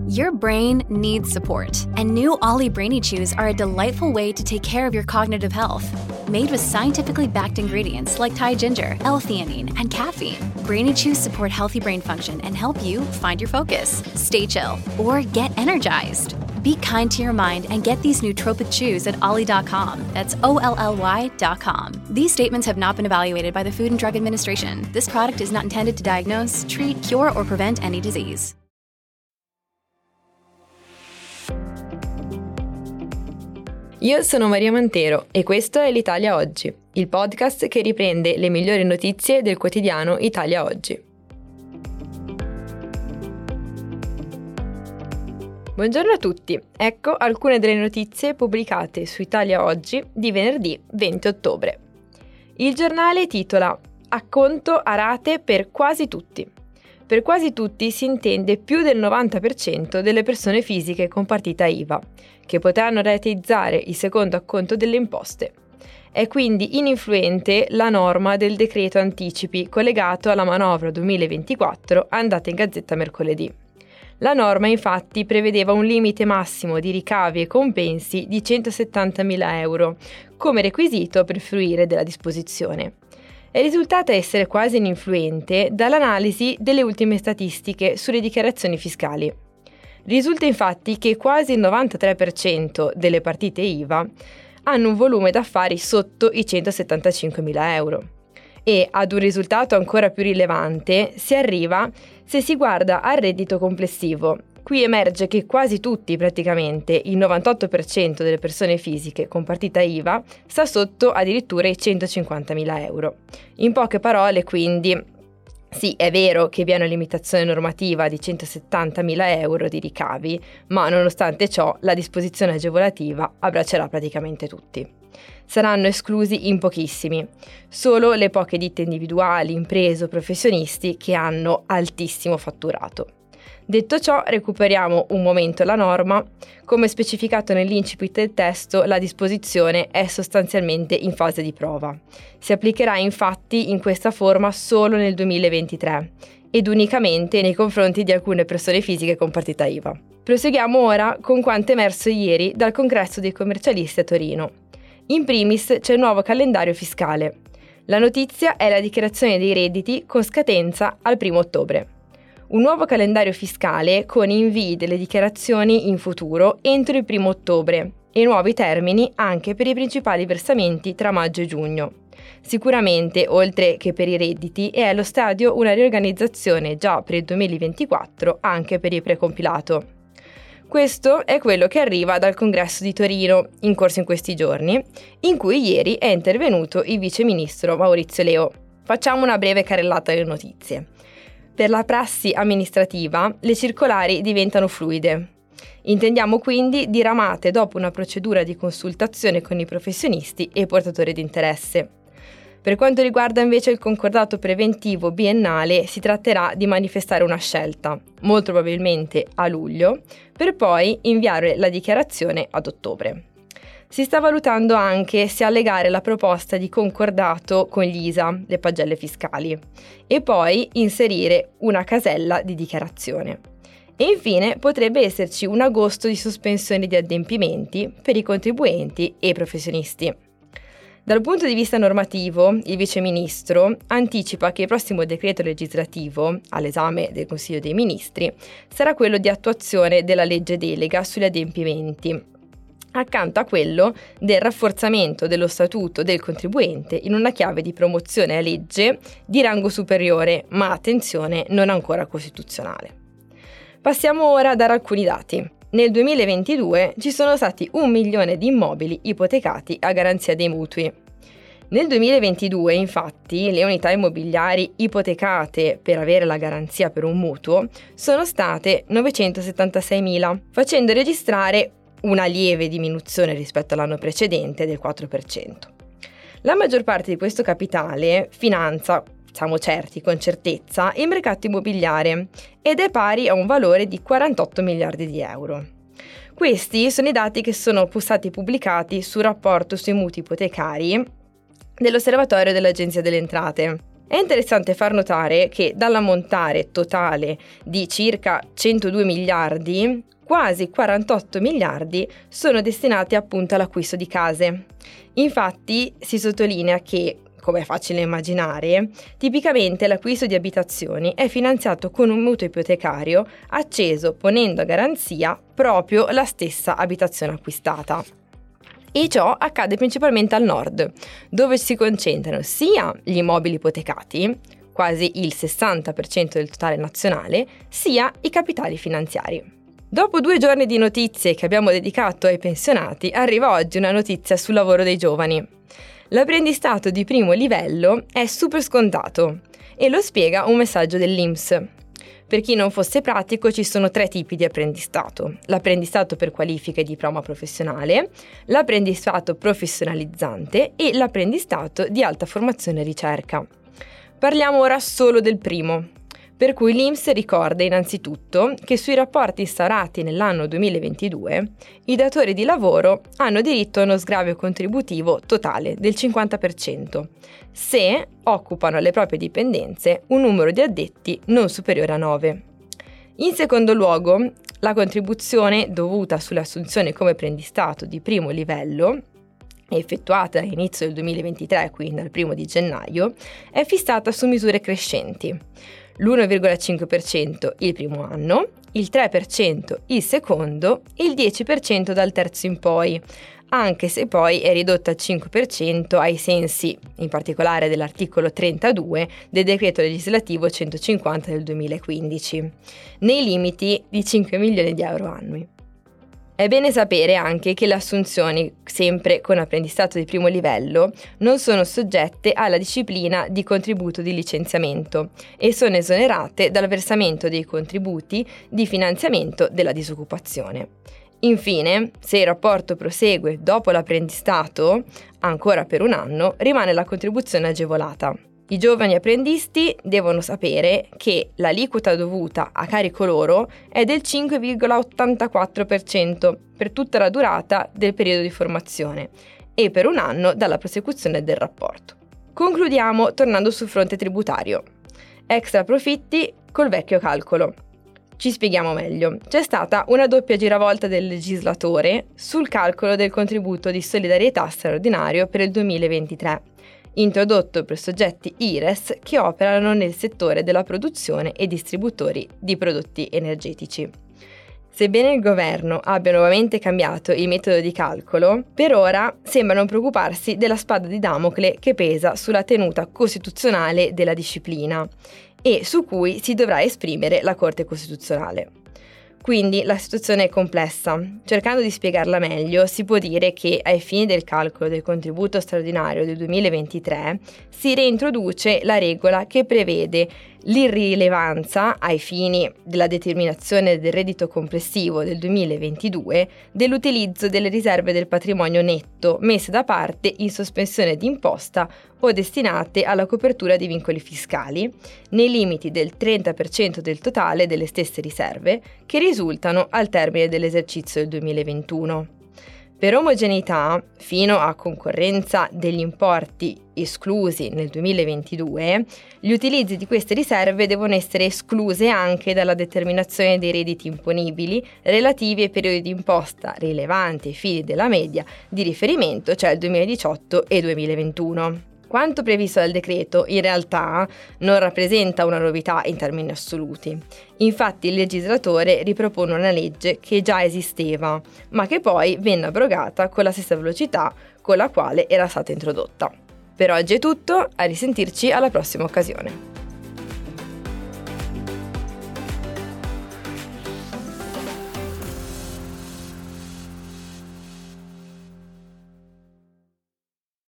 Your brain needs support, and new Ollie Brainy Chews are a delightful way to take care of your cognitive health. Made with scientifically backed ingredients like Thai ginger, L-theanine, and caffeine, Brainy Chews support healthy brain function and help you find your focus, stay chill, or get energized. Be kind to your mind and get these nootropic chews at ollie.com. That's OLLY.com. These statements have not been evaluated by the Food and Drug Administration. This product is not intended to diagnose, treat, cure, or prevent any disease. Io sono Maria Mantero e questo è l'Italia Oggi, il podcast che riprende le migliori notizie del quotidiano Italia Oggi. Buongiorno a tutti, ecco alcune delle notizie pubblicate su Italia Oggi di venerdì 20 ottobre. Il giornale titola "Acconto a rate per quasi tutti". Per quasi tutti si intende più del 90% delle persone fisiche con partita IVA, che potranno rateizzare il secondo acconto delle imposte. È quindi ininfluente la norma del decreto anticipi collegato alla manovra 2024 andata in Gazzetta mercoledì. La norma infatti prevedeva un limite massimo di ricavi e compensi di 170.000 euro come requisito per fruire della disposizione. È risultata essere quasi ininfluente dall'analisi delle ultime statistiche sulle dichiarazioni fiscali. Risulta infatti che quasi il 93% delle partite IVA hanno un volume d'affari sotto i 175.000 euro. E ad un risultato ancora più rilevante si arriva se si guarda al reddito complessivo. Qui emerge che quasi tutti, praticamente il 98% delle persone fisiche con partita IVA, sta sotto addirittura i 150.000 euro. In poche parole, quindi, sì, è vero che vi è una limitazione normativa di 170.000 euro di ricavi, ma nonostante ciò la disposizione agevolativa abbraccerà praticamente tutti. Saranno esclusi in pochissimi, solo le poche ditte individuali, imprese o professionisti che hanno altissimo fatturato. Detto ciò, recuperiamo un momento la norma. Come specificato nell'incipit del testo, la disposizione è sostanzialmente in fase di prova. Si applicherà infatti in questa forma solo nel 2023 ed unicamente nei confronti di alcune persone fisiche con partita IVA. Proseguiamo ora con quanto emerso ieri dal Congresso dei commercialisti a Torino. In primis c'è il nuovo calendario fiscale. La notizia è la dichiarazione dei redditi con scadenza al 1 ottobre. Un nuovo calendario fiscale con invii delle dichiarazioni in futuro entro il 1 ottobre e nuovi termini anche per i principali versamenti tra maggio e giugno. Sicuramente, oltre che per i redditi, è allo stadio una riorganizzazione già per il 2024 anche per il precompilato. Questo è quello che arriva dal Congresso di Torino, in corso in questi giorni, in cui ieri è intervenuto il vice ministro Maurizio Leo. Facciamo una breve carrellata delle notizie. Per la prassi amministrativa, le circolari diventano fluide. Intendiamo quindi diramate dopo una procedura di consultazione con i professionisti e i portatori di interesse. Per quanto riguarda invece il concordato preventivo biennale, si tratterà di manifestare una scelta, molto probabilmente a luglio, per poi inviare la dichiarazione ad ottobre. Si sta valutando anche se allegare la proposta di concordato con gli ISA, le pagelle fiscali, e poi inserire una casella di dichiarazione. E infine potrebbe esserci un agosto di sospensione di adempimenti per i contribuenti e i professionisti. Dal punto di vista normativo, il Vice Ministro anticipa che il prossimo decreto legislativo, all'esame del Consiglio dei Ministri, sarà quello di attuazione della legge delega sugli adempimenti, accanto a quello del rafforzamento dello statuto del contribuente in una chiave di promozione a legge di rango superiore, ma attenzione, non ancora costituzionale. Passiamo ora a dare alcuni dati. Nel 2022 ci sono stati 1 milione di immobili ipotecati a garanzia dei mutui. Nel 2022, infatti, le unità immobiliari ipotecate per avere la garanzia per un mutuo sono state 976.000, facendo registrare una lieve diminuzione rispetto all'anno precedente del 4%. La maggior parte di questo capitale finanzia, siamo certi con certezza, il mercato immobiliare ed è pari a un valore di 48 miliardi di euro. Questi sono i dati che sono stati pubblicati sul rapporto sui mutui ipotecari dell'Osservatorio dell'Agenzia delle Entrate. È interessante far notare che dall'ammontare totale di circa 102 miliardi, quasi 48 miliardi sono destinati appunto all'acquisto di case. Infatti si sottolinea che, come è facile immaginare, tipicamente l'acquisto di abitazioni è finanziato con un mutuo ipotecario acceso ponendo a garanzia proprio la stessa abitazione acquistata. E ciò accade principalmente al nord, dove si concentrano sia gli immobili ipotecati, quasi il 60% del totale nazionale, sia i capitali finanziari. Dopo 2 giorni di notizie che abbiamo dedicato ai pensionati, arriva oggi una notizia sul lavoro dei giovani. L'apprendistato di primo livello è super scontato e lo spiega un messaggio dell'INPS. Per chi non fosse pratico, ci sono 3 tipi di apprendistato: l'apprendistato per qualifica e diploma professionale, l'apprendistato professionalizzante e l'apprendistato di alta formazione e ricerca. Parliamo ora solo del primo, per cui l'INPS ricorda innanzitutto che sui rapporti instaurati nell'anno 2022 i datori di lavoro hanno diritto a uno sgravio contributivo totale del 50% se occupano alle proprie dipendenze un numero di addetti non superiore a 9. In secondo luogo, la contribuzione dovuta sulle assunzioni come apprendistato di primo livello, effettuata all'inizio del 2023, quindi dal 1 di gennaio, è fissata su misure crescenti: l'1,5% il primo anno, il 3% il secondo e il 10% dal terzo in poi, anche se poi è ridotta al 5% ai sensi, in particolare dell'articolo 32 del decreto legislativo 150 del 2015, nei limiti di 5 milioni di euro annui. È bene sapere anche che le assunzioni, sempre con apprendistato di primo livello, non sono soggette alla disciplina di contributo di licenziamento e sono esonerate dal versamento dei contributi di finanziamento della disoccupazione. Infine, se il rapporto prosegue dopo l'apprendistato, ancora per un anno, rimane la contribuzione agevolata. I giovani apprendisti devono sapere che l'aliquota dovuta a carico loro è del 5,84% per tutta la durata del periodo di formazione e per un anno dalla prosecuzione del rapporto. Concludiamo tornando sul fronte tributario. Extra profitti col vecchio calcolo. Ci spieghiamo meglio. C'è stata una doppia giravolta del legislatore sul calcolo del contributo di solidarietà straordinario per il 2023. Introdotto per soggetti IRES che operano nel settore della produzione e distributori di prodotti energetici. Sebbene il governo abbia nuovamente cambiato il metodo di calcolo, per ora sembrano preoccuparsi della spada di Damocle che pesa sulla tenuta costituzionale della disciplina e su cui si dovrà esprimere la Corte Costituzionale. Quindi la situazione è complessa. Cercando di spiegarla meglio, si può dire che ai fini del calcolo del contributo straordinario del 2023 si reintroduce la regola che prevede l'irrilevanza ai fini della determinazione del reddito complessivo del 2022 dell'utilizzo delle riserve del patrimonio netto messe da parte in sospensione di imposta o destinate alla copertura di vincoli fiscali, nei limiti del 30% del totale delle stesse riserve che risultano al termine dell'esercizio del 2021. Per omogeneità, fino a concorrenza degli importi esclusi nel 2022, gli utilizzi di queste riserve devono essere escluse anche dalla determinazione dei redditi imponibili relativi ai periodi di imposta rilevanti ai fini della media di riferimento, cioè il 2018 e 2021. Quanto previsto dal decreto in realtà non rappresenta una novità in termini assoluti. Infatti il legislatore ripropone una legge che già esisteva, ma che poi venne abrogata con la stessa velocità con la quale era stata introdotta. Per oggi è tutto, a risentirci alla prossima occasione.